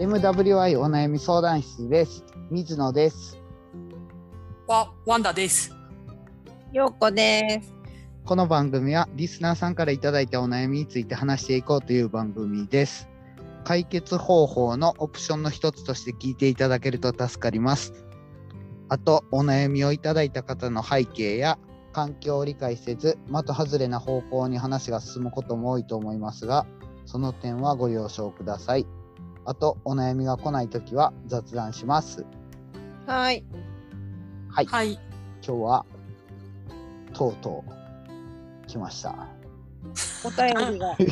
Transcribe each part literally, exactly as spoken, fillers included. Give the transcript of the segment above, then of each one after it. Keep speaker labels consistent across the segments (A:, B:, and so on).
A: エムダブリューアイ お悩み相談室です。水野です。
B: わ、ワンダです。
C: ようこです。
A: この番組はリスナーさんからいただいたお悩みについて話していこうという番組です。解決方法のオプションの一つとして聞いていただけると助かります。あと、お悩みをいただいた方の背景や環境を理解せず、的外れな方向に話が進むことも多いと思いますが、その点はご了承ください。あと、お悩みが来ないときは雑談します。
C: はい。
A: はい。
B: はい。
A: 今日は、とうとう、来ました。
C: お便りが。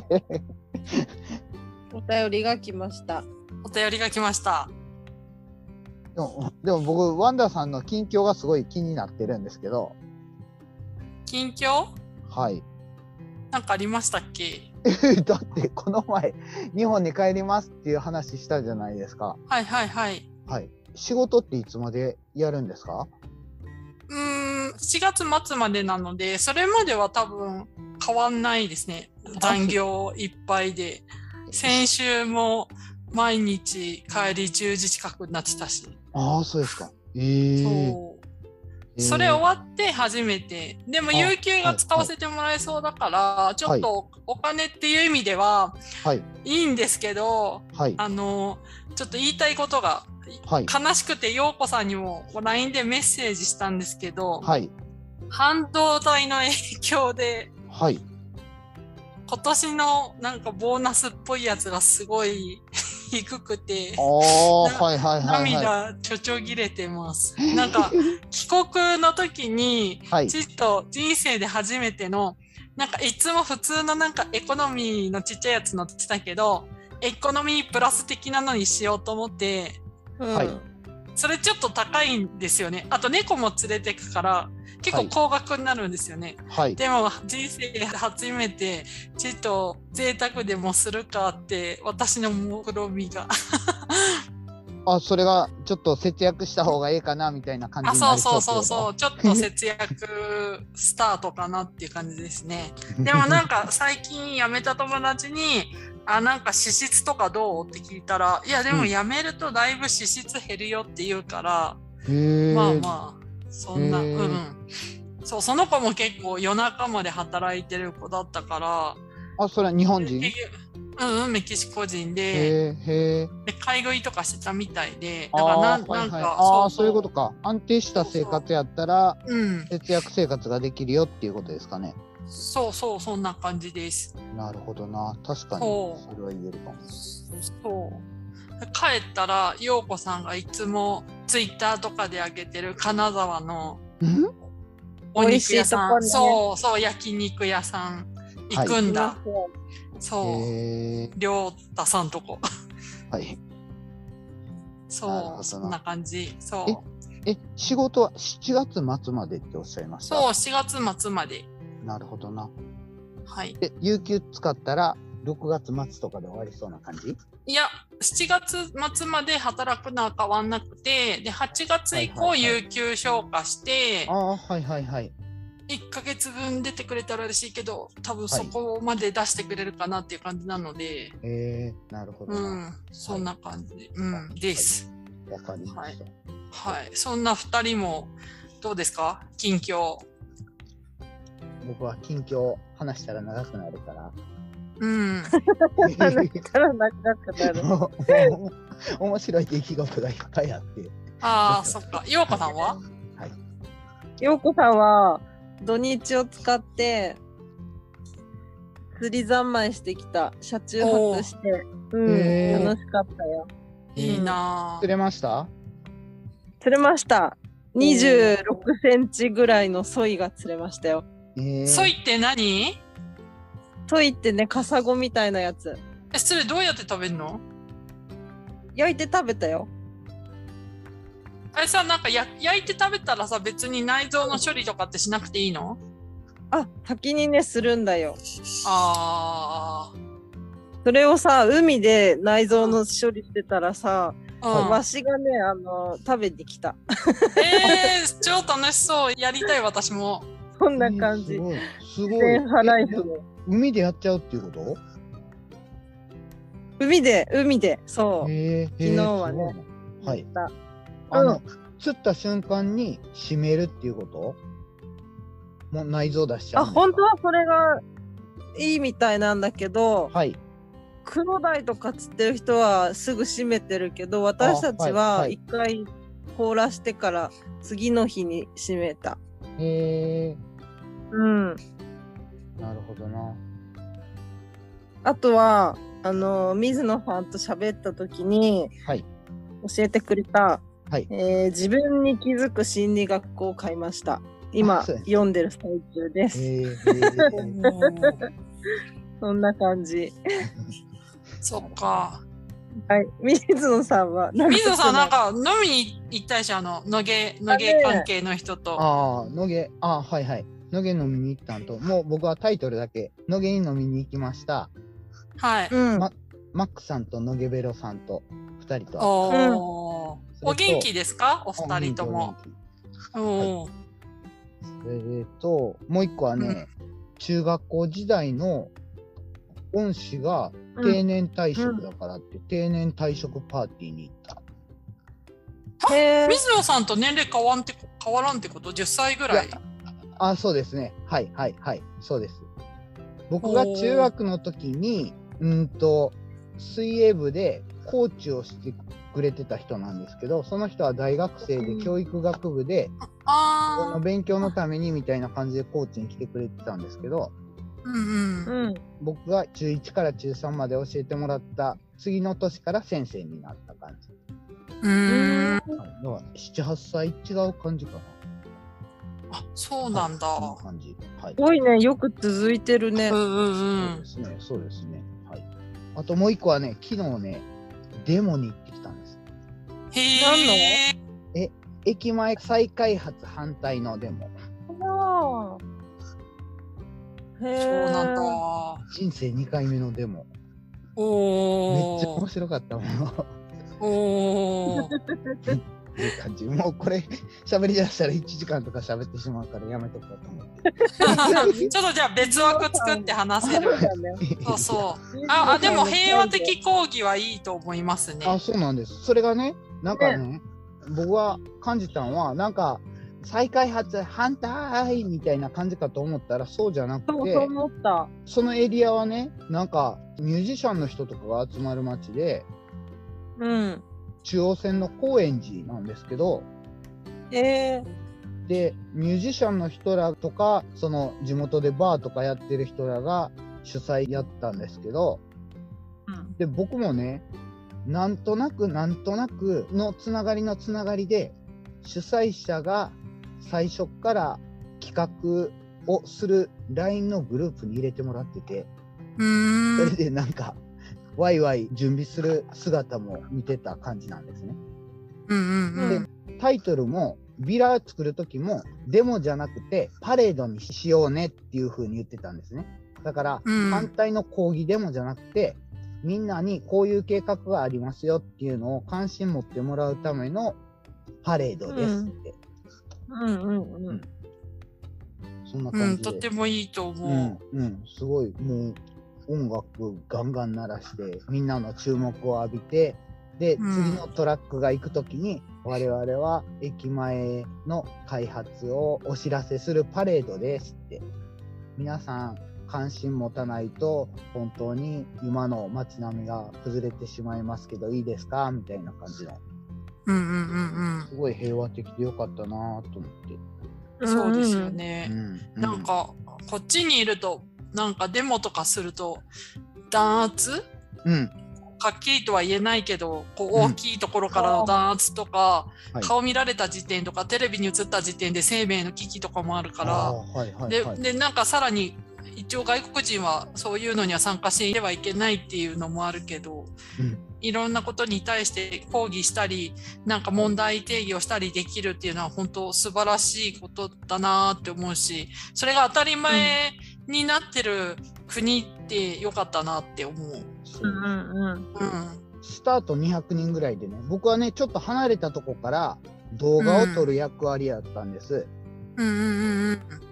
C: お便りが来ました。
B: お便りが来ました。
A: でも、でも僕、ワンダさんの近況がすごい気になってるんですけど。
B: 近況？
A: はい。
B: なんかありましたっけ？
A: だってこの前日本に帰りますっていう話したじゃないですか。
B: はいはいはい。
A: はい。仕事っていつまでやるんですか？
B: うーん、しがつ末までなので、それまでは多分変わんないですね。残業いっぱいで。先週も毎日帰りじゅうじ近くになってたし。
A: ああ、そうですか。えー、
B: そう。それ終わって初めて。でも有給が使わせてもらえそうだから、はいはい、ちょっとお金っていう意味では、はい、いいんですけど、はい、あの、ちょっと言いたいことが、はい、悲しくて陽子さんにも ライン でメッセージしたんですけど、はい、半導体の影響で、はい、今年のなんかボーナスっぽいやつがすごい低くて、
A: はいはいはいはい、
B: 涙ちょちょぎれてます。なんか帰国の時に、ちっと人生で初めての、なんかいつも普通のなんかエコノミーのちっちゃいやつ乗ってたけど、エコノミープラス的なのにしようと思って、はい、それちょっと高いんですよね。あと猫も連れてくから結構高額になるんですよね。はい、でも人生で初めてちょっと贅沢でもするかって私の目論みが
A: あ、それがちょっと節約した方がいいかなみたいな感じになりそう。
B: あ、そうそうそうそう、ちょっと節約スタートかなっていう感じですね。でもなんか最近辞めた友達にあ、なんか脂質とかどうって聞いたら、いやでも辞めるとだいぶ脂質減るよって言うから、うん、まあまあそんな、うん、そう、その子も結構夜中まで働いてる子だったから。
A: あ、それは日本人？
B: うんうん、メキシコ人で、
A: へへ
B: で買い食いとかしてたみたいで、だからなん、
A: はいはい、
B: なんか、
A: ああ、そういうことか。安定した生活やったら、
B: そうそう、うん、
A: 節約生活ができるよっていうことですかね。
B: そうそう、そんな感じです。
A: なるほどな。確かにそれは言えるかも。
B: そう。帰ったら陽子さんがいつもツイッターとかで上げてる金沢のお肉屋さん、ね、そうそう、焼肉屋さん行くんだ。はい、そう、亮太さんとこ。はい。そう、そんな感じ。そう。
A: え、え、仕事はしちがつ末までっておっしゃいました？
B: そう、しがつ末まで。
A: なるほどな。
B: はい。
A: で、有給使ったらろくがつ末とかで終わりそうな感じ？
B: いや、しちがつ末まで働くのは変わんなくて、で、はちがつ以降有給消化して、
A: ああ、はいはいはい。
B: いっかげつぶん出てくれたら嬉しいけど、多分そこまで出してくれるかなっていう感じなので。
A: えー、なるほど。
B: うん、そんな感じ、はい、うん、です。
A: わかりました。
B: はい。はい。そんなふたりも、どうですか？近況。
A: 僕は近況話したら長くなるから。
B: うん。
C: 話したら長くなる。
A: 面白い出来事がいっぱいあって。
B: ああ、そっか。陽子さんは？
C: はい。陽子さんは土日を使って釣り三昧してきた。車中泊して、うん、楽しかったよ。
B: いいなぁ。
A: 釣れました？
C: 釣れました。にじゅうろくセンチぐらいのソイが釣れましたよ。
B: ソイって何？
C: ソイってね、カサゴみたいなやつ。
B: え、それどうやって食べるの？
C: 焼いて食べたよ。
B: あれさ、なんかや焼いて食べたらさ、別に内臓の処理とかってしなくていいの？
C: あ、先にね、するんだよ。
B: ああ。
C: それをさ、海で内臓の処理してたらさ、うん、わしがね、あの、食べに来た。
B: えー、超楽しそう。やりたい、私も。
C: そんな感じ。
A: すごい。すごい。
C: ハライフも。
A: 海でやっちゃうっていうこと？
C: 海で、海で、そう。
A: へ
C: 昨日はね。
A: はい。あの、釣った瞬間に締めるっていうこと？もう内臓出しちゃうんですか？
C: あ、本当はそれがいいみたいなんだけど、
A: はい。
C: クロダイとか釣ってる人はすぐ締めてるけど、私たちは一回凍らしてから次の日に締めた。
A: へえ。
C: うん。
A: なるほどな。
C: あとは、あの、水野さんと喋った時に、
A: はい、
C: 教えてくれた、
A: はい、
C: えー、自分に気づく心理学を買いました。今、読んでる最中です。
A: へー
C: そんな感じ。
B: そっか。
C: はい、水野さんは
B: 水野さんなんか飲みに行ったでしょ、あの野毛野毛関係の人と。
A: ああ野毛あはいはい野毛飲みに行ったんと、もう僕はタイトルだけ野毛に飲みに行きました。
B: はい。
A: ま、マックさんと野毛ベロさんとふたりと。
B: おお。お元気ですかお二人とも。おお、はい。
A: それともう一個はね、うん、中学校時代の恩師が定年退職だからって、うん、定年退職パーティーに行った。
B: へ水野さんと年齢変わんて変わらんってこと？じゅっさいぐらい？
A: あ、そうですね。はいはいはいそうです。僕が中学の時にうんと水泳部でコーチをしてくれてた人なんですけど、その人は大学生で教育学部で、その勉強のためにみたいな感じでコーチに来てくれてたんですけど、
B: うんうん、
A: 僕が中いちから中さんまで教えてもらった次の年から先生になった感じ。
B: うーん、はい、だ
A: からななはっさい違う感じかな。
B: あ、そうなんだ。
A: はい、感じ。はい。
C: すごいね、よく続いてるね。
B: うんうんうん。
A: そうですね、そうですね。はい。あともう一個はね、昨日ね、デモに行ってきたんです。
B: へえ。何の？
A: え、駅前再開発反対のデモ。
C: ああ。へえ。
B: そうなんだ。
A: 人生にかいめのデモ。
B: おお。
A: めっちゃ面白かったもの。
B: おお。
A: いう感じ。もうこれ喋り出したらいちじかんとか喋ってしまうからやめとこうと思って。
B: ちょっとじゃあ別枠作って話せる。そうそう。ああでも平和的講義はいいと思いますね。
A: あ、そうなんです。それがね、なんかね、ね僕は感じたのはなんか再開発反対みたいな感じかと思ったらそうじゃなくて、
C: そうそう思った。
A: そのエリアはね、なんかミュージシャンの人とかが集まる街で。
C: うん。
A: 中央線の高円寺なんですけど、
C: えー、
A: でミュージシャンの人らとかその地元でバーとかやってる人らが主催やったんですけど、うん、で僕もねなんとなくなんとなくのつながりのつながりで主催者が最初から企画をする ライン のグループに入れてもらってて、
B: うーん、
A: それでなんかワイワイ準備する姿も見てた感じなんですね。
B: うんうんうん、
A: でタイトルもビラ作る時もデモじゃなくてパレードにしようねっていう風に言ってたんですね。だから、うん、反対の抗議デモじゃなくてみんなにこういう計画がありますよっていうのを関心持ってもらうためのパレードですって。
C: うんうんうん、うん、
A: そんな感じで、
B: うん、とてもいいと思う。
A: うん、うん、すごいもう音楽ガンガン鳴らしてみんなの注目を浴びて、で、うん、次のトラックが行くときに我々は駅前の開発をお知らせするパレードですって、皆さん関心持たないと本当に今の街並みが崩れてしまいますけどいいですかみたいな感じの、
B: うんうんうんうん、
A: すごい平和的でよかったなと思って。
B: そうですよね、
A: うんうん、
B: なんかこっちにいるとなんかデモとかすると弾圧、
A: うん、
B: はっきりとは言えないけどこう大きいところからの弾圧とか、うん、顔見られた時点とか、はい、テレビに映った時点で生命の危機とかもあるから、はいはいはい、で, でなんかさらに一応外国人はそういうのには参加してはいけないっていうのもあるけど、うん、いろんなことに対して抗議したりなんか問題定義をしたりできるっていうのは本当素晴らしいことだなって思うし、それが当たり前になってる国ってよかったなって思う。
C: うんうんうん、
A: スタートにひゃくにんぐらいでね、僕はねちょっと離れたとこから動画を撮る役割やったんです。
B: うんうんうんうん、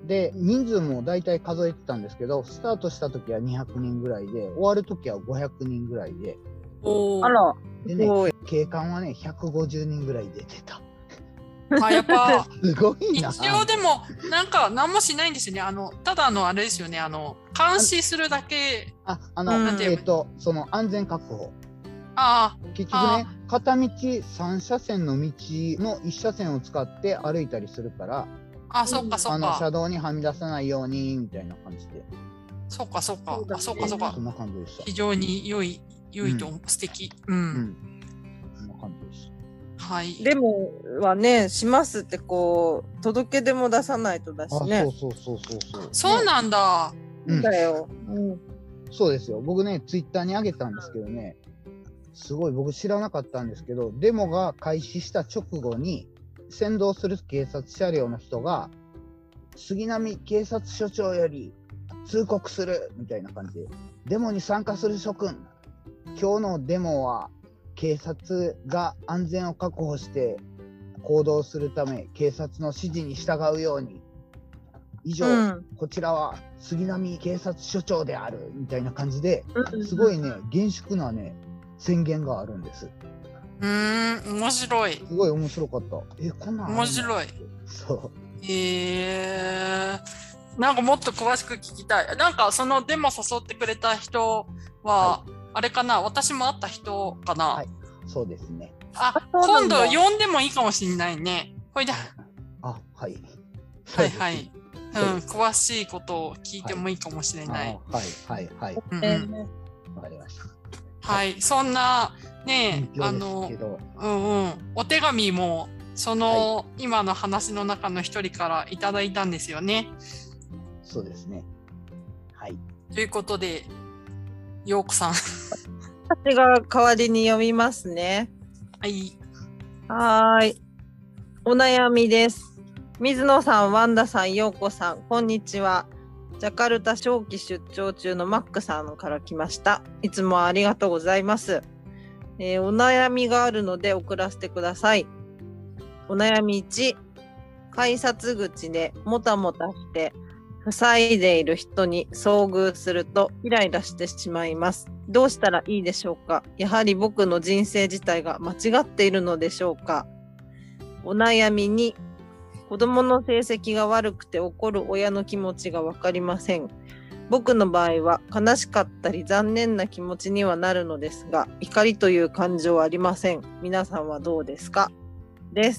A: で、人数も大体数えてたんですけど、スタートした時はにひゃくにんぐらいで、終わる時はごひゃくにんぐらいで、
B: お
C: あら、
A: でね
C: すごい。
A: 警官はね、ひゃくごじゅうにんぐらい出てた。
B: あ、やっぱ
A: すごいな。
B: 一応でもなんか何もしないんですよね。あのただのあれですよね。あの監視するだけ。
A: あ、あの、
B: うん
A: えっ、と、その安全確保。
B: あ
A: 結局ね、片道さん車線の道のいち車線を使って歩いたりするから、
B: あ、あ、そっかそ
A: あ
B: っか。
A: の車道にはみ出さないようにみたいな感じで。
B: そっかそっか。あ、そっか
A: そ
B: そっか
A: ん。な感じでした。
B: 非常に良い良いと思う、素敵。うん。
A: うん。そんな感じでした。
B: はい。
C: デモはね、しますってこう、届け出も出さないとだしね。
A: あ、そうそうそうそうそう。
B: そうなんだ。
A: うん、
C: だよ。うん。
A: そうですよ。僕ね、ツイッターに上げたんですけどね、すごい僕知らなかったんですけど、デモが開始した直後に、先導する警察車両の人が、杉並警察署長より通告するみたいな感じで、デモに参加する諸君、今日のデモは警察が安全を確保して行動するため、警察の指示に従うように、以上、うん、こちらは杉並警察署長であるみたいな感じで、すごいね、厳粛なね、宣言があるんです。
B: うーん、面白い。
A: すごい面白かった。え、こんなん
B: 面白い。
A: そう。
B: へえー、なんかもっと詳しく聞きたい。なんかそのデモ誘ってくれた人は、はい、あれかな、私も会った人かな。
A: はい、そうですね。
B: あ、今度呼んでもいいかもしれないね。ほいで。
A: あ、はい。
B: はいはい。うん、詳しいことを聞いてもいいかもしれない。
A: はいはいはい。わ、
B: うんうん、
A: かりました。
B: はい、そんなね、あの、うんうん、お手紙もその、はい、今の話の中の一人からいただいたんですよね。
A: そうですね。はい。
B: ということで、ようこさん。
C: 私が代わりに読みますね。
B: はい。
C: はい。お悩みです。水野さん、ワンダさん、ようこさん、こんにちは。ジャカルタ長期出張中のマックさんから来ました。いつもありがとうございます。えー、お悩みがあるので送らせてください。お悩みいち、改札口でもたもたして塞いでいる人に遭遇するとイライラしてしまいます。どうしたらいいでしょうか？やはり僕の人生自体が間違っているのでしょうか？お悩みに、子供の成績が悪くて怒る親の気持ちがわかりません。僕の場合は悲しかったり残念な気持ちにはなるのですが、怒りという感情はありません。皆さんはどうですか？です。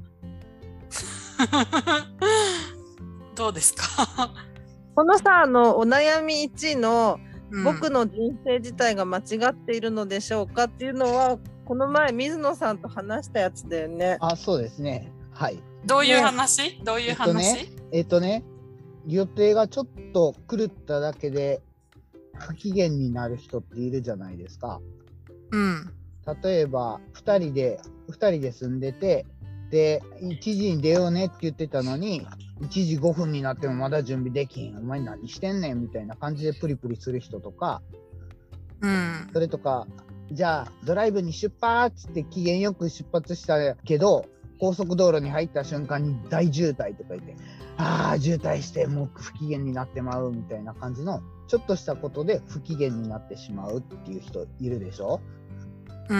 B: どうですか？
C: このさ、あのお悩みいちの、うん、僕の人生自体が間違っているのでしょうかっていうのは、この前水野さんと話したやつだよね。
A: あ、そうですね。はい。
B: どういう話？ね、どういう話？
A: えっとね、えっとね、予定がちょっと狂っただけで不機嫌になる人っているじゃないですか。
B: うん。
A: 例えばふたりでふたりで住んでて、でいちじに出ようねって言ってたのにいちじごふんになってもまだ準備できん、お前何してんねんみたいな感じでプリプリする人とか、
B: うん、
A: それとか、じゃあドライブに出発って機嫌よく出発したけど高速道路に入った瞬間に大渋滞とか言って、ああ渋滞してもう不機嫌になってまうみたいな感じのちょっとしたことで不機嫌になってしまうっていう人いるでしょ。
B: うん、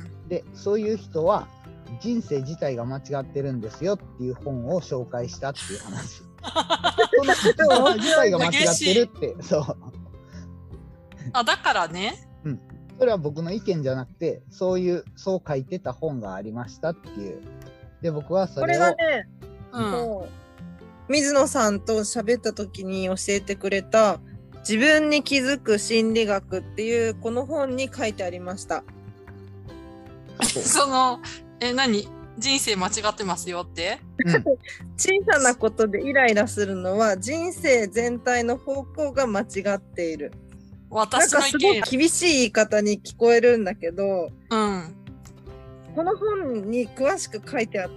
A: でそういう人は人生自体が間違ってるんですよっていう本を紹介したっていう話。その人自体が間違ってるって。そう
B: あ、だからね、
A: うん、それは僕の意見じゃなくて、そういうそう書いてた本がありましたっていう。で僕はそれを
C: これがね、
B: うん、
C: そう水野さんと喋った時に教えてくれた自分に気づく心理学っていうこの本に書いてありました。
B: そのえ何人生間違ってますよって、
A: うん、
C: 小さなことでイライラするのは人生全体の方向が間違っている。
B: 私の意見、
C: なんかすごい厳しい言い方に聞こえるんだけど、
B: うん、
C: この本に詳しく書いてあって、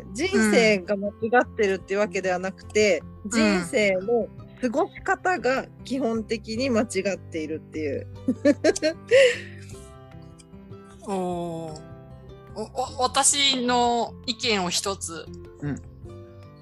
C: 人生が間違ってるっていうわけではなくて、うん、人生の過ごし方が基本的に間違っているっていう
B: おおお私の意見を一つ、
A: うん、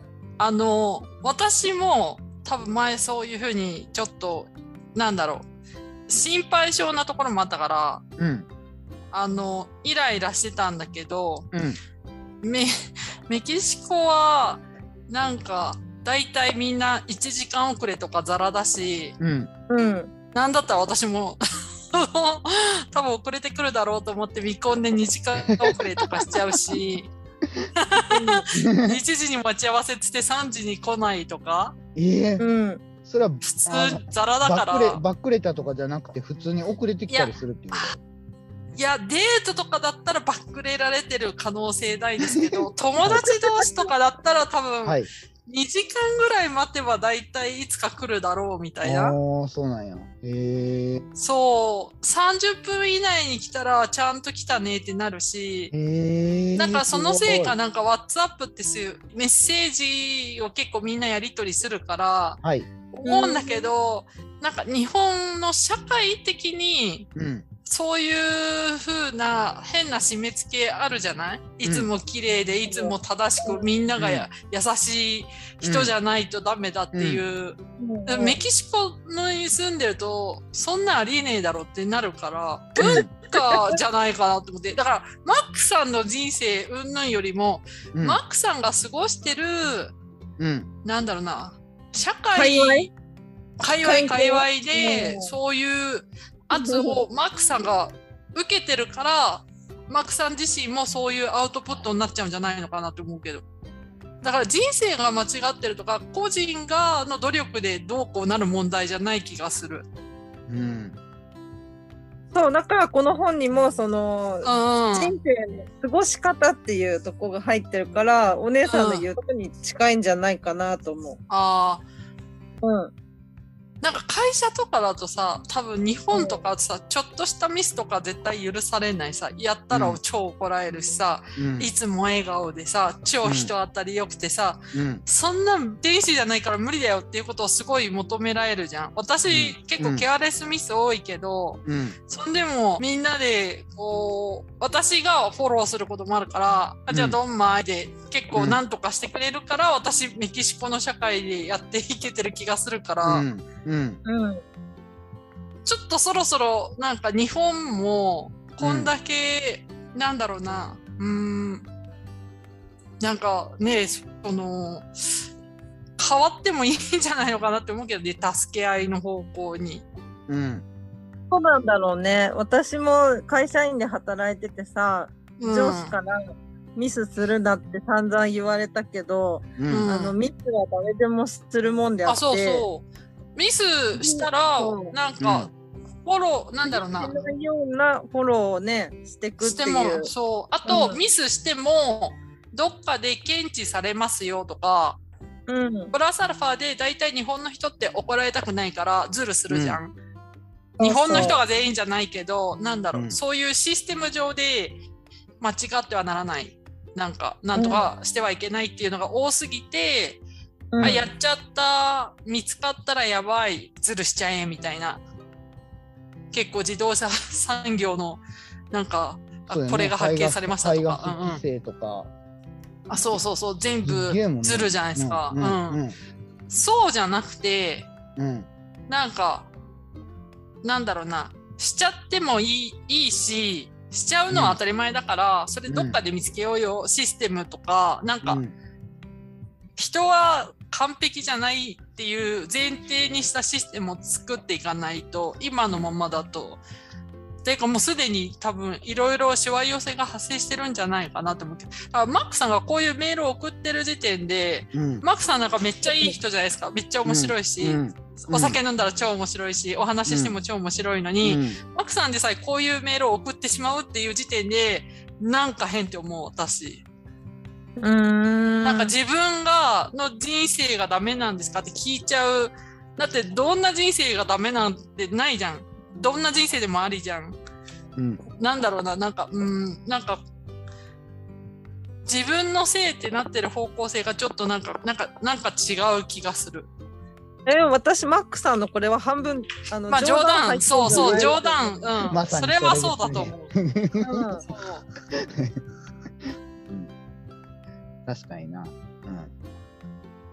B: あの私も多分前そういうふうにちょっとなんだろう心配性なところもあったから、
A: うん、
B: あのイライラしてたんだけど、
A: うん、
B: メ, メキシコはなんかだいたいみんないちじかん遅れとかザラだし、
A: うん
C: うん、
B: なんだったら私も多分遅れてくるだろうと思って見込んでにじかん遅れとかしちゃうしいちじに待ち合わせつってさんじに来ないとか、
A: えー
C: うん、
B: それは普通ザラだから
A: バックレ、バックレたとかじゃなくて普通に遅れてきたりするっていう。
B: いやデートとかだったらバックレられてる可能性大ですけど友達同士とかだったら多分、はい、にじかんぐらい待てばだいたいいつか来るだろうみたいな。
A: ああ、そうなんや。へえ。
B: そうさんじゅっぷん以内に来たらちゃんと来たねってなるし、
A: へえ。
B: なんかそのせいかなんか WhatsApp ってそういうメッセージを結構みんなやり取りするから、
A: はい、
B: 思うんだけど、なんか日本の社会的に、
A: うん
B: そういう風な変な締め付けあるじゃない？いつも綺麗でいつも正しくみんながや、うん、優しい人じゃないとダメだっていう、うん、メキシコに住んでるとそんなありえねえだろってなるから文化じゃないかなと思ってだからマックさんの人生云々よりも、うん、マックさんが過ごしてる、うん、なんだろうな社会界隈界隈でそういう圧をマックさんが受けてるからマックさん自身もそういうアウトプットになっちゃうんじゃないのかなと思うけどだから人生が間違ってるとか個人がの努力でどうこうなる問題じゃない気がする、
A: うん、
C: そうだからこの本にもその、うん、人生の過ごし方っていうとこが入ってるからお姉さんの言うことに近いんじゃないかなと思う、うん、
B: あ
C: あうん
B: なんか会社とかだとさ多分日本とかさ、うん、ちょっとしたミスとか絶対許されないさやったら超怒られるしさ、うん、いつも笑顔でさ超人当たりよくてさ、うん、そんな天使じゃないから無理だよっていうことをすごい求められるじゃん私、うん、結構ケアレスミス多いけど、うん、そんでもみんなでこう私がフォローすることもあるから、うん、あじゃあどんまいで結構なんとかしてくれるから、うん、私メキシコの社会でやっていけてる気がするから、うん
A: うん
C: うん、
B: ちょっとそろそろなんか日本もこんだけ、うん、なんだろうなうーんなんかねその変わってもいいんじゃないのかなって思うけどね助け合いの方向に、
A: うん、
C: そうなんだろうね私も会社員で働いててさ、うん、上司からミスするなって散々言われたけど、うん、あのミスは誰でもするもんであって、
B: あそうそうミスしたらなんかフォローなんだろうな
C: してないようなフォローをねしてくっていう
B: してもそうあと、うん、ミスしてもどっかで検知されますよとか、うん、プラスアルファでだいたい日本の人って怒られたくないからズルするじゃん、うん、日本の人が全員じゃないけどなんだろう、うん、そういうシステム上で間違ってはならないなんかなんとかしてはいけないっていうのが多すぎて、うん、あやっちゃった見つかったらやばいズルしちゃえみたいな結構自動車産業のなんか、あ、ね、これが発見されましたとか、
A: 規制とか、うんうん、
B: あそうそうそう全部ズルじゃないですか、
A: うんうんうん、
B: そうじゃなくて、
A: うん、
B: なんかなんだろうなしちゃってもいい、いいししちゃうのは当たり前だから、うん、それどっかで見つけようよ、うん、システムとかなんか、うん、人は完璧じゃないっていう前提にしたシステムを作っていかないと今のままだとていうかもうすでに多分いろいろしわ寄せが発生してるんじゃないかなと思って、だからマックさんがこういうメールを送ってる時点で、うん、マックさんなんかめっちゃいい人じゃないですか。めっちゃ面白いし、うんうん、お酒飲んだら超面白いし、お話ししても超面白いのに、うん、マックさんでさえこういうメールを送ってしまうっていう時点でなんか変って思う私。
C: うーん
B: なんか自分がの人生がダメなんですかって聞いちゃう。だってどんな人生がダメなんてないじゃん。どんな人生でもありじゃん、
A: うん、
B: なんだろうななんかうんなんか自分のせいってなってる方向性がちょっとなんかなんかなんか違う気がする。
C: え私マックさんのこれは半分あの、
B: まあ、冗談そうそう冗談、うん、ま、それはそうだと思う、うん、そう
A: 確かにな、うん、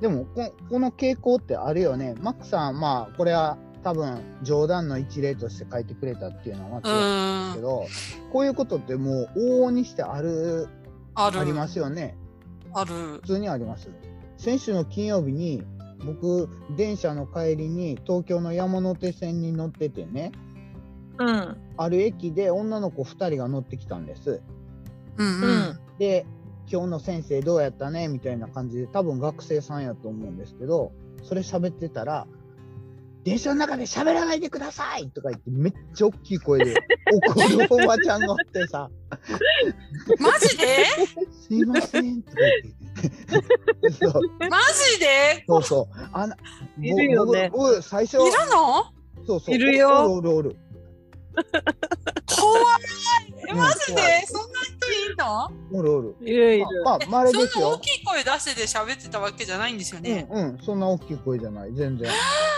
A: でもこ、この傾向ってあるよね。マックさん、まあ、これは多分冗談の一例として書いてくれたっていうのは間違いないんですけど、こういうことってもう往々にしてある、
B: ある
A: ありますよね。
B: ある。
A: 普通にあります。先週の金曜日に、僕、電車の帰りに東京の山手線に乗っててね、
C: うん。
A: ある駅で女の子ふたりが乗ってきたんです。
B: うんうん。
A: で、今日の先生どうやったねみたいな感じで、多分学生さんやと思うんですけど、それ喋ってたら、電車の中で喋らないでくださいとか言ってめっちゃ大きい声で怒るおばちゃんがおってさ
B: マジです
A: いませんとか言ってそう
B: マジで
A: そうそうあの
C: いるよね
A: 僕僕最初
B: いるの
A: そうそう
C: いるよ
A: おるおるおる
B: 怖いえ
A: うん
B: マジで
A: 怖い
B: そんな人いんの
A: おるおる
C: いるいる。
A: まあまあ稀ですよ
B: そんな大きい声出してで喋ってたわけじゃないんですよね。
A: うんうんそんな大きい声じゃない全然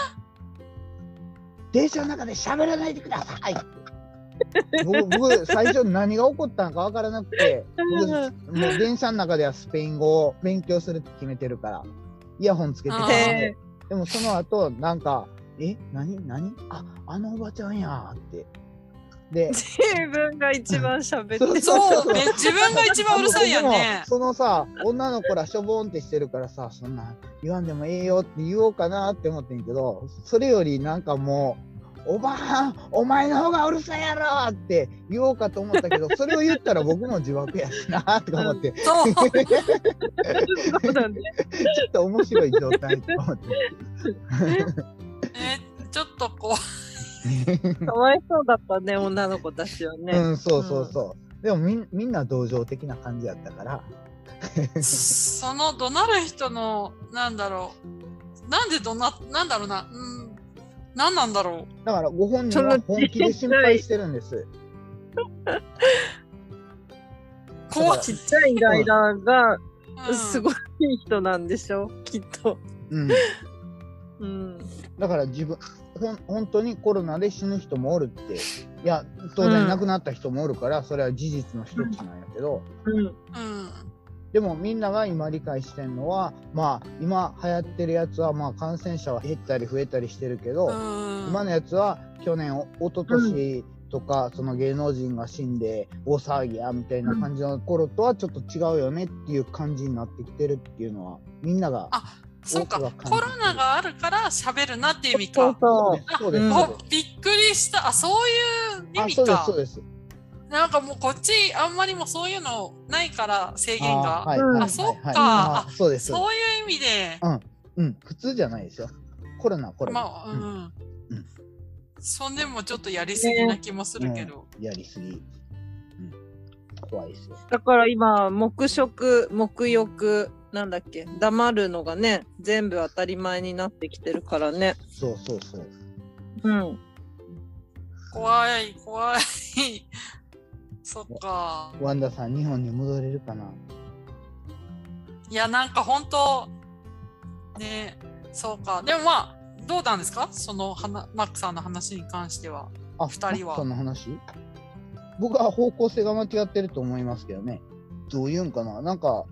A: 電車の中で喋らないでくださいって僕僕最初何が起こったのか分からなくて僕もう電車の中ではスペイン語を勉強するって決めてるからイヤホンつけてたんででもその後なんかえ何何ああのおばちゃんやーってで
C: 自分が一番喋ってる。
B: そうね自分が一番うるさいやんね。
A: そのさ女の子らしょぼんってしてるからさそんな言わんでもええよって言おうかなって思ってんけどそれよりなんかもうおばはんお前の方がうるさいやろって言おうかと思ったけどそれを言ったら僕も自爆やしなとか思って
B: そう
C: そうだね。
A: ちょっと面白い状態と思って
B: えちょっとこ
C: かわいそうだったね、女の子たちはね。
A: うんそうそうそう、でもみんみんな同情的な感じやったから
B: うその怒鳴る人のなんだろうなんで怒鳴なんだろうなうんなんなんだろう
A: だからご本人は本気で心配してるんです
B: 怖い
C: ちっちゃいイライラが
B: うん
C: すごい人なんでしょ、きっと。
A: うん
C: うん。
A: だから自分ほん本当にコロナで死ぬ人もおるっていや当然亡くなった人もおるから、うん、それは事実の一つなんやけど、
C: うん
B: うん
A: でもみんなが今理解してるのはまあ今流行ってるやつはまあ感染者は減ったり増えたりしてるけど、
B: うん
A: 今のやつは去年お一昨年とか、うん、その芸能人が死んで大騒ぎやみたいな感じの頃とはちょっと違うよねっていう感じになってきてるっていうのはみんなが
B: あそうかコロナがあるから喋るなっていう意味か。
C: そう
A: そうです。
B: おびっくりしたあそういう意味か。
A: そうですそうです。
B: なんかもうこっちあんまりもそういうのないから制限が。
A: あ、はい
C: うん
B: あそっか、
A: はい
B: あ
A: そうです。
B: そういう意味で。
A: うんうん普通じゃないですよ。コロナコロナ。
B: まあうん。うん
A: うん
B: そんでもちょっとやりすぎな気もするけど。
A: うん、やりすぎ。うん、怖いですよ。
C: だから今黙食黙浴なんだっけ黙るのがね全部当たり前になってきてるからね。
A: そうそうそう。
C: うん。
B: 怖い怖い。そっか。
A: ワンダさん日本に戻れるかな。
B: いやなんか本当ねそうかでもまあどうなんですかそのはなマックさんの話に関しては。
A: あ
B: ふたりは
A: その話僕は方向性が間違ってると思いますけどね。どういうんかななんか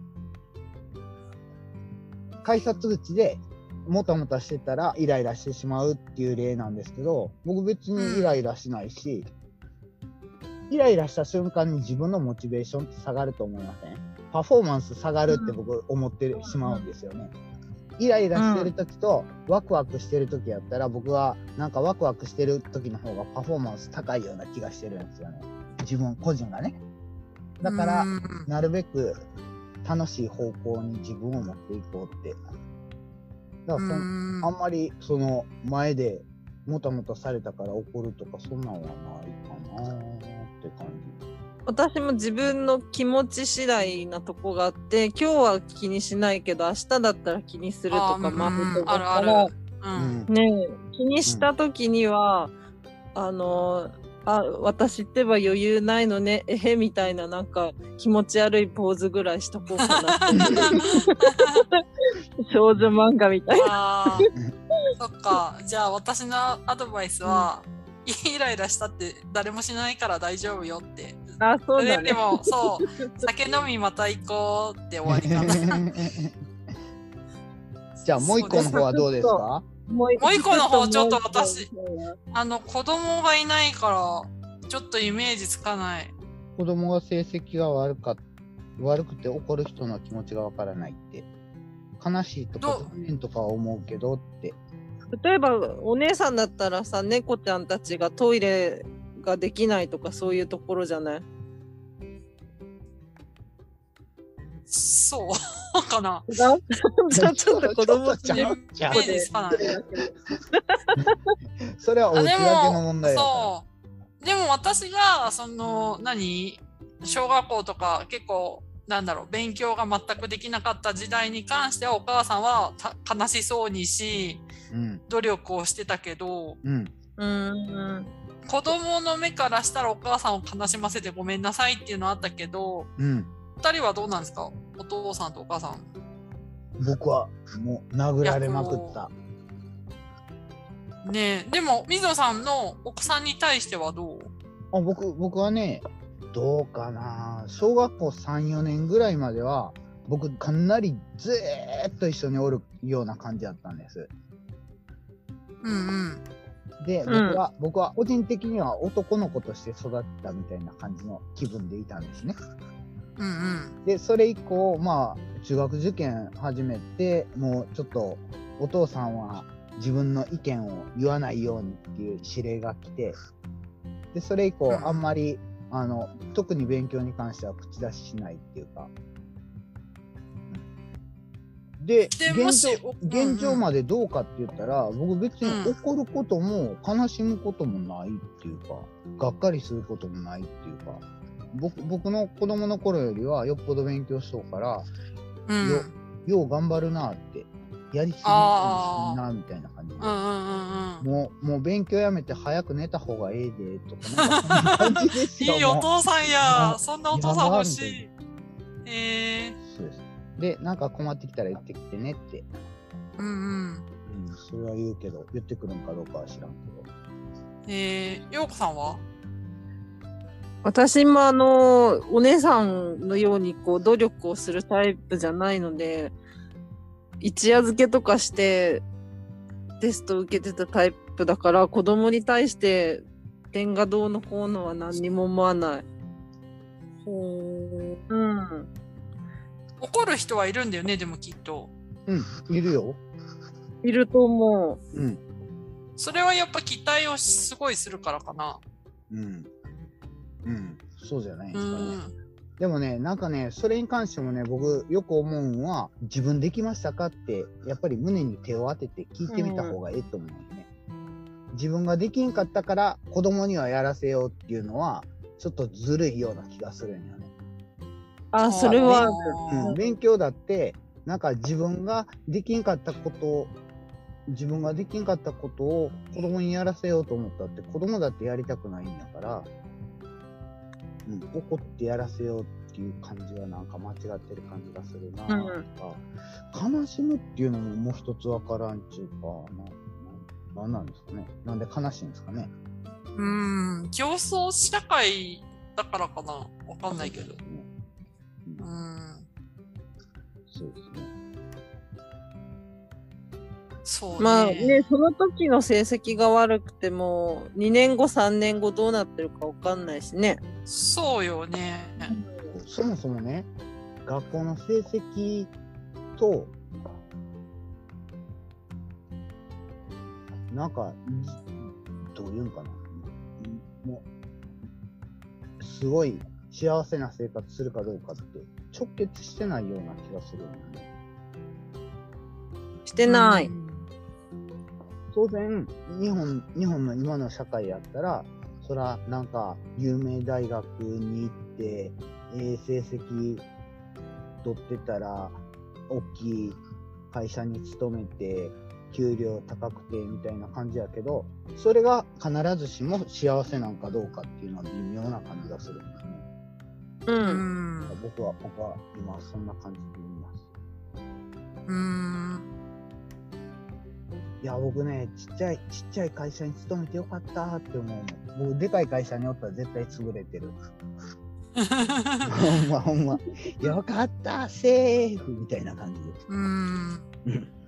A: 改札口でもたもたしてたらイライラしてしまうっていう例なんですけど僕別にイライラしないし、うん、イライラした瞬間に自分のモチベーションって下がると思いません？パフォーマンス下がるって僕思ってしまうんですよね。イライラしてる時とワクワクしてる時やったら僕はなんかワクワクしてる時の方がパフォーマンス高いような気がしてるんですよね。自分個人がね。だからなるべく楽しい方向に自分を持っていこうって。だからそんあんまりその前でもたもたされたから怒るとかそんなんはないかなって感じ。
C: 私も自分の気持ち次第なとこがあって今日は気にしないけど明日だったら気にするとかもあるとか
B: あるある、うん
C: ね気にした時には、うん、あのあ私ってば余裕ないのねえへみたいななんか気持ち悪いポーズぐらいしとこうかな少女漫画みたいな
B: あそっかじゃあ私のアドバイスは、うん、イライラしたって誰もしないから大丈夫よって
C: あそうだね
B: でもそう酒飲みまた行こうって終わりかな
A: じゃあもう一個の方はどうですか？
B: もう一個の方ちょっと私あの子供がいないからちょっとイメージつかない。
A: 子供が成績が悪か悪くて怒る人の気持ちがわからないって、悲しいとか残念とかは思うけどって。
C: 例えばお姉さんだったらさ、猫ちゃんたちがトイレができないとかそういうところじゃない？
B: そうかな。
C: じゃあちょっと子供
A: ちゃう
B: イメージつかない。
A: それはお家だけの問題だから。
B: そうでも私がその何小学校とか結構なんだろう勉強が全くできなかった時代に関してはお母さんは悲しそうにし、うん、努力をしてたけど、うん、うん子供の目からしたらお母さんを悲しませてごめんなさいっていうのはあったけど、うん、ふたりはどうなんですか？お父さんとお母さん。
A: 僕はもう殴られまくった。
B: ねえ、でも水野さんの奥さんに対してはどう？
A: あ、僕僕はね、どうかな、小学校さん、よねんぐらいまでは僕かなりずーっと一緒におるような感じだったんです。うんうん。で、僕は、うん、僕は個人的には男の子として育ったみたいな感じの気分でいたんですね。うんうん。で、それ以降、まあ中学受験始めて、もうちょっとお父さんは自分の意見を言わないようにっていう指令が来て、でそれ以降、うん、あんまりあの特に勉強に関しては口出ししないっていうか、で現状、現状までどうかって言ったら、うん、僕別に怒ることも悲しむこともないっていうか、がっかりすることもないっていうか、僕, 僕の子供の頃よりはよっぽど勉強しそうから、うん、よ, よう頑張るなって、やりすぎなみたいな感じで、もうもう勉強やめて早く寝た方がええでとか、なんかそんな感じですよ。
B: いいお父さんや、そんなお父さん欲しい。えー、
A: そうです。で、なんか困ってきたら言ってきてねって。うんうん。うん、それは言うけど、言ってくるんかどうかは知らんけど。
B: えー、陽子さんは？
C: 私もあのお姉さんのようにこう努力をするタイプじゃないので、一夜漬けとかしてテスト受けてたタイプだから、子供に対して点がどうのこうのは何にも思わない。ほう、うん。
B: 怒る人はいるんだよね、でもきっと。
A: うん、いるよ。
C: いると思
A: う。うん。
B: それはやっぱ期待をすごいするからかな。
A: うん。うん、そうじゃないですかね。でもね、なんかね、それに関してもね、僕よく思うのは、自分できましたかって、やっぱり胸に手を当てて聞いてみた方がええと思うんですね。うん、自分ができんかったから子供にはやらせようっていうのは、ちょっとずるいような気がするんよね。
C: あ、それは、
A: うん、勉強だって、なんか自分ができんかったことを、自分ができんかったことを子供にやらせようと思ったって、子供だってやりたくないんだから、うん、怒ってやらせようっていう感じはなんか間違ってる感じがするなとか、うん、悲しむっていうのももう一つわからんちゅうか、な、な、なんなんですかね。なんで悲しいんですかね。
B: うーん、競争社会だからかな、わかんないけど。うん、
A: そうですね。
B: そうね。
C: まあね、その時の成績が悪くてもにねんごさんねんごどうなってるかわかんないしね。
B: そうよね。
A: そもそもね、学校の成績となんかどういうんかな、もうすごい幸せな生活するかどうかって直結してないような気がするよね。
C: してない。
A: 当然日本日本の今の社会やったら、そらなんか有名大学に行ってえー、成績取ってたら大きい会社に勤めて給料高くてみたいな感じやけど、それが必ずしも幸せなんかどうかっていうのは微妙な感じがするんですね。うん。僕は僕は今そんな感じで言います。うーん。いや僕ね、ちっちゃいちっちゃい会社に勤めてよかったって思うの。僕でかい会社におったら絶対潰れてる。ほんまほんまよかったセーフみたいな感じです。
B: うん。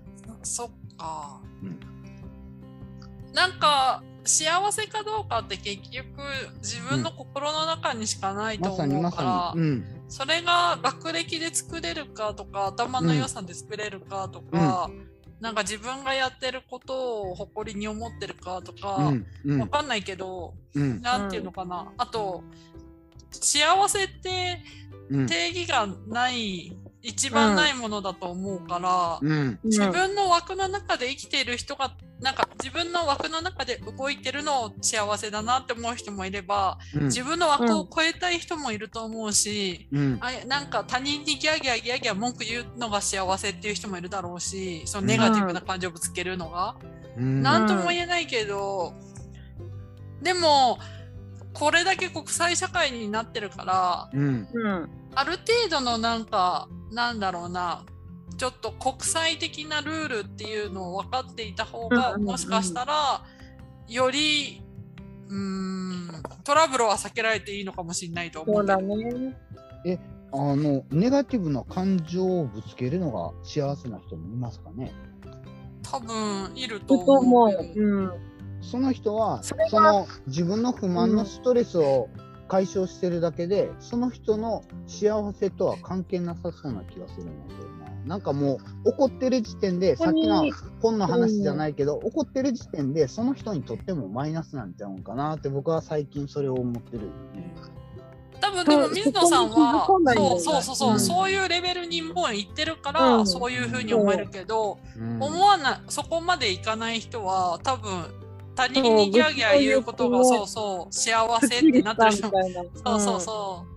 B: そっか、
A: うん、
B: なんか幸せかどうかって結局自分の心の中にしかないと思うから、
A: うん、まさにまさに、うん、
B: それが学歴で作れるかとか頭の良さで作れるかとか、うん、なんか自分がやってることを誇りに思ってるかとか、うんうん、わかんないけど、うん、なんていうのかな、あと幸せって定義がない、うん、一番ないものだと思うから、うん、自分の枠の中で生きている人がなんか自分の枠の中で動いてるのを幸せだなって思う人もいれば、うん、自分の枠を超えたい人もいると思うし、うん、あなんか他人にギャーギャーギャーギャー文句言うのが幸せっていう人もいるだろうし、そのネガティブな感情をぶつけるのが、うん、なんとも言えないけど、でもこれだけ国際社会になってるから、うん、ある程度のなんかなんだろうな、ちょっと国際的なルールっていうのを分かっていた方が、もしかしたらよりうーんトラブルは避けられていいのかもしれないと思う。
C: そうだね。
A: え、あのネガティブな感情をぶつけるのが幸せな人もいますかね？
B: 多分いると思う。うん、
A: その人はその自分の不満のストレスを解消してるだけで、うん、その人の幸せとは関係なさそうな気がするんですよね。なんかもう怒ってる時点で、さっきの本の話じゃないけど、うん、怒ってる時点でその人にとってもマイナスなんちゃうんかなって僕は最近それを思ってるよね。
B: 多分でも水野さんはそうそうそうそう、うん、そういうレベルにもう行ってるから、うん、そういう風に思えるけど、うん、思わない、そこまでいかない人は多分他人にギャーギャー言うことがそうそう幸せってなってる人もそうそうそう、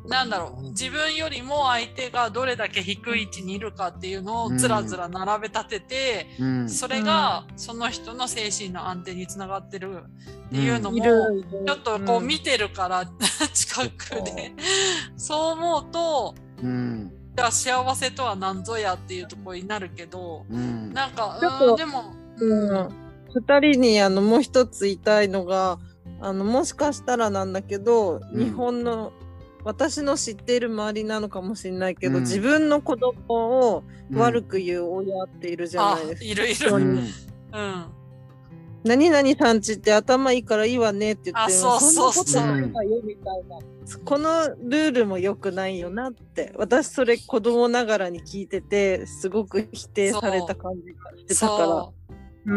B: なんだろう、自分よりも相手がどれだけ低い位置にいるかっていうのをずらずら並べ立てて、うん、それがその人の精神の安定につながってるっていうのも、うん、ちょっとこう見てるから、うん、近くでそう思うと、うん、じゃあ幸せとは何ぞやっていうところになるけど、うん、なんかうんでも、
C: うん、ふたりにあのもう一つ言いたいのが、あのもしかしたらなんだけど、うん、日本の私の知っている周りなのかもしれないけど、うん、自分の子供を悪く言う親っているじゃないですか。
B: うん、いるいる。うん。
C: 何々さんちって頭いいからいいわねって言って、
B: そうそうそう。
C: そんなことないよみたいな。このルールも良くないよなって。私それ子供ながらに聞いてて、すごく否定された感じがしてたから。うん。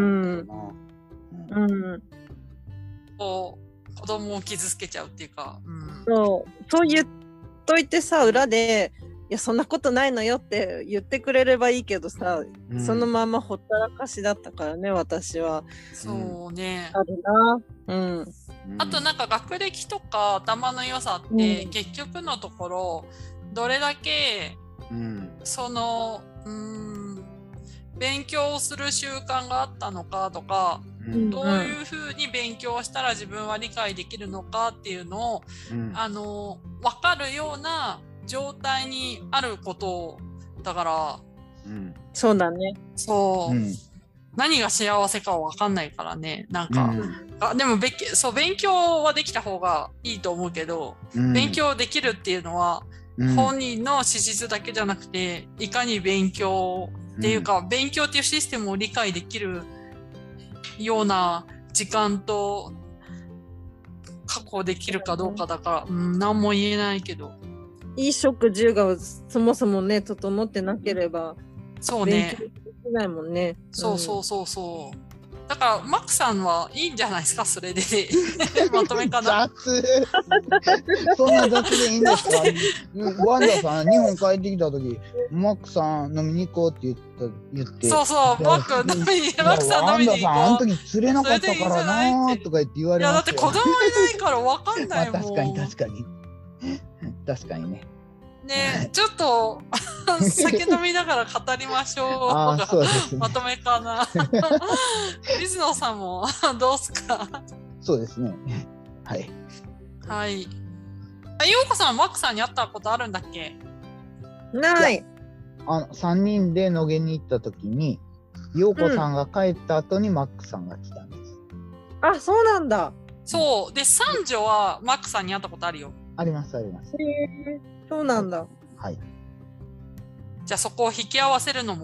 C: うん。
B: こう子供を傷つけちゃうっていうか、うん、
C: そうそう言っといてさ、裏でいやそんなことないのよって言ってくれればいいけどさ、うん、そのままほったらかしだったからね、私は。
B: そうね、
C: あるな。うん。
B: あとなんか学歴とか頭の良さって、うん、結局のところどれだけ、うん、そのうーん勉強する習慣があったのかとか、うん、どういうふうに勉強したら自分は理解できるのかっていうのを、うん、あの分かるような状態にあることだから、
C: うん、そうだね。
B: そう、うん、何が幸せかは分かんないからね。なんか、うん、あでもべそう勉強はできた方がいいと思うけど、うん、勉強できるっていうのは、うん、本人の資質だけじゃなくて、いかに勉強っていうか、うん、勉強っていうシステムを理解できるような時間と確保できるかどうかだから、うん、何も言えないけど、
C: いい食事がそもそもね整ってなければ
B: そうね、
C: 勉強できないもんね。
B: そうそうそうそう、だからマックさんはいいんじゃないですか、それでまとめかな。
A: 雑そんな雑でいいんですか。ワンダさん日本帰ってきた時マックさん飲みに行こうって言った言って
B: そうそうマック飲みにマックさん飲みに行こう、ワンダさんあの時釣れなかったからなーとか言って言われましたよ。いやだって子供いないから分かんないもん、まあ、確かに確かに確かにね。 ね、ちょっと酒飲みながら語りましょうが
A: あそうですね、
B: まとめかな。水野さんもどうすか。
A: そうですね、はい
B: はい。ようこさんマックさんに会ったことあるんだっけ。
C: ない。
A: あのさんにんで野毛に行った時にようこさんが帰った後にマックさんが来たんです、
C: うん、あそうなんだ。
B: そうで三女はマックさんに会ったことあるよ。
A: ありますあります。
C: へーそうなんだ。
A: はい。
B: じゃあそこを引き合わせるのも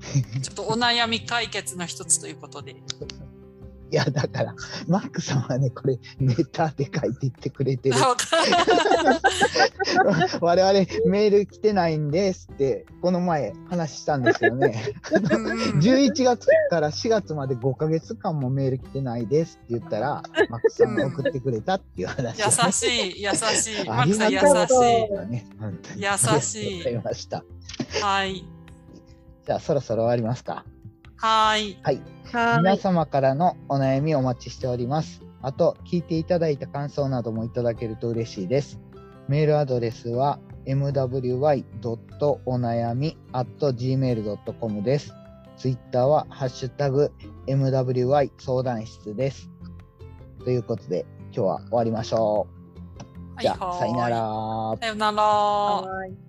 B: ちょっとお悩み解決の一つということで。
A: いや、だから、マックさんはね、これ、ネタで書いていってくれてる。我々、メール来てないんですって、この前話したんですよね。じゅういちがつからしがつまでごかげつかんもメール来てないですって言ったら、マックさんが送ってくれたっていう話、ね。
B: 優しい、優しい。マ
A: ッ
B: クさん優しい。
A: ね、
B: 優しい。
A: わかりました。
B: はい。
A: じゃあ、そろそろ終わりますか。
B: はい。
A: はい。皆様からのお悩みお待ちしております。あと、聞いていただいた感想などもいただけると嬉しいです。メールアドレスは エムダブリューワイドットおなやみアットジーメールドットコム です。ツイッターはハッシュタグ エムダブリューワイ 相談室です。ということで、今日は終わりましょう。じゃあ、さよなら。
B: さよなら。